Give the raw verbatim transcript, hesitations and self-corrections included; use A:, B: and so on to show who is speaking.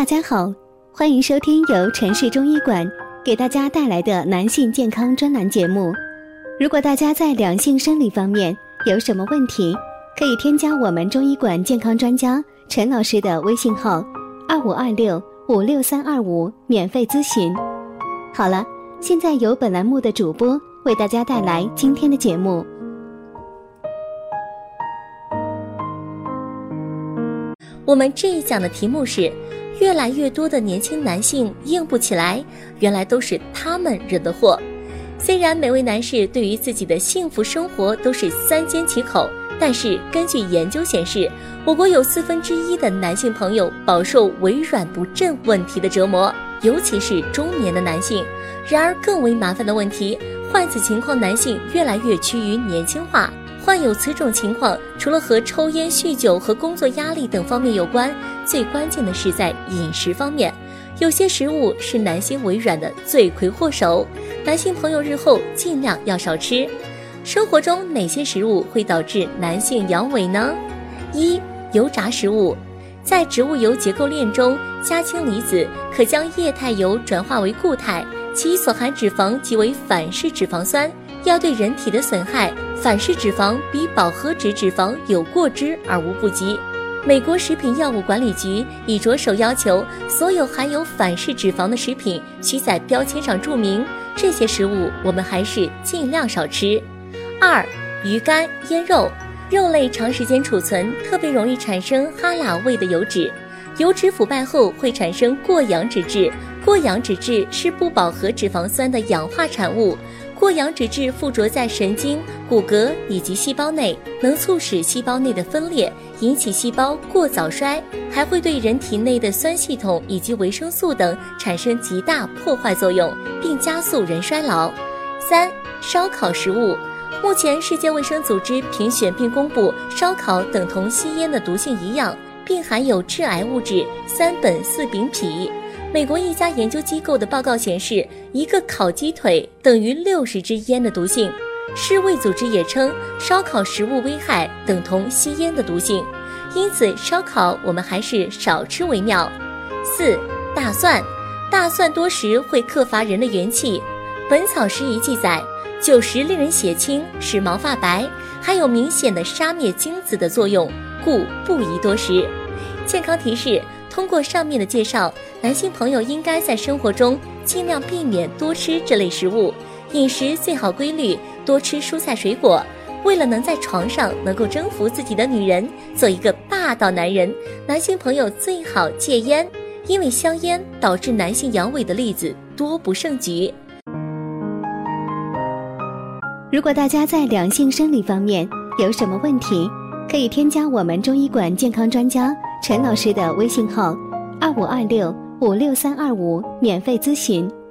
A: 大家好，欢迎收听由城市中医馆给大家带来的男性健康专栏节目。如果大家在两性生理方面有什么问题，可以添加我们中医馆健康专家陈老师的微信号二五二六五六三二五免费咨询。好了，现在由本栏目的主播为大家带来今天的节目。
B: 我们这一讲的题目是越来越多的年轻男性硬不起来，原来都是他们惹的祸。虽然每位男士对于自己的幸福生活都是三缄其口，但是根据研究显示，我国有四分之一的男性朋友饱受微软不振问题的折磨，尤其是中年的男性。然而更为麻烦的问题，患此情况男性越来越趋于年轻化。患有此种情况，除了和抽烟、酗酒和工作压力等方面有关，最关键的是在饮食方面。有些食物是男性微软的罪魁祸首，男性朋友日后尽量要少吃。生活中哪些食物会导致男性阳痿呢？一、油炸食物。在植物油结构链中，加氢离子可将液态油转化为固态，其所含脂肪即为反式脂肪酸。要对人体的损害，反式脂肪比饱和脂脂肪有过之而无不及。美国食品药物管理局已着手要求所有含有反式脂肪的食品需在标签上注明，这些食物我们还是尽量少吃。二、鱼干、腌肉。肉类长时间储存，特别容易产生哈喇味的油脂，油脂腐败后会产生过氧脂质，过氧脂质是不饱和脂肪酸的氧化产物。过氧脂质附着在神经、骨骼以及细胞内，能促使细胞内的分裂，引起细胞过早衰，还会对人体内的酸系统以及维生素等产生极大破坏作用，并加速人衰老。三、烧烤食物。目前世界卫生组织评选并公布，烧烤等同吸烟的毒性一样，并含有致癌物质三苯四丙吡。美国一家研究机构的报告显示，一个烤鸡腿等于六十支烟的毒性。世卫组织也称，烧烤食物危害等同吸烟的毒性，因此烧烤我们还是少吃为妙。四、大蒜。大蒜多食会克伐人的元气。本草拾遗记载，久食令人血清，使毛发白，还有明显的杀灭精子的作用，故不宜多食。健康提示，通过上面的介绍，男性朋友应该在生活中尽量避免多吃这类食物，饮食最好规律，多吃蔬菜水果。为了能在床上能够征服自己的女人，做一个霸道男人，男性朋友最好戒烟，因为香烟导致男性阳痿的例子多不胜举。
A: 如果大家在两性生理方面有什么问题，可以添加我们中医馆健康专家陈老师的微信号二五二六五六三二五免费咨询。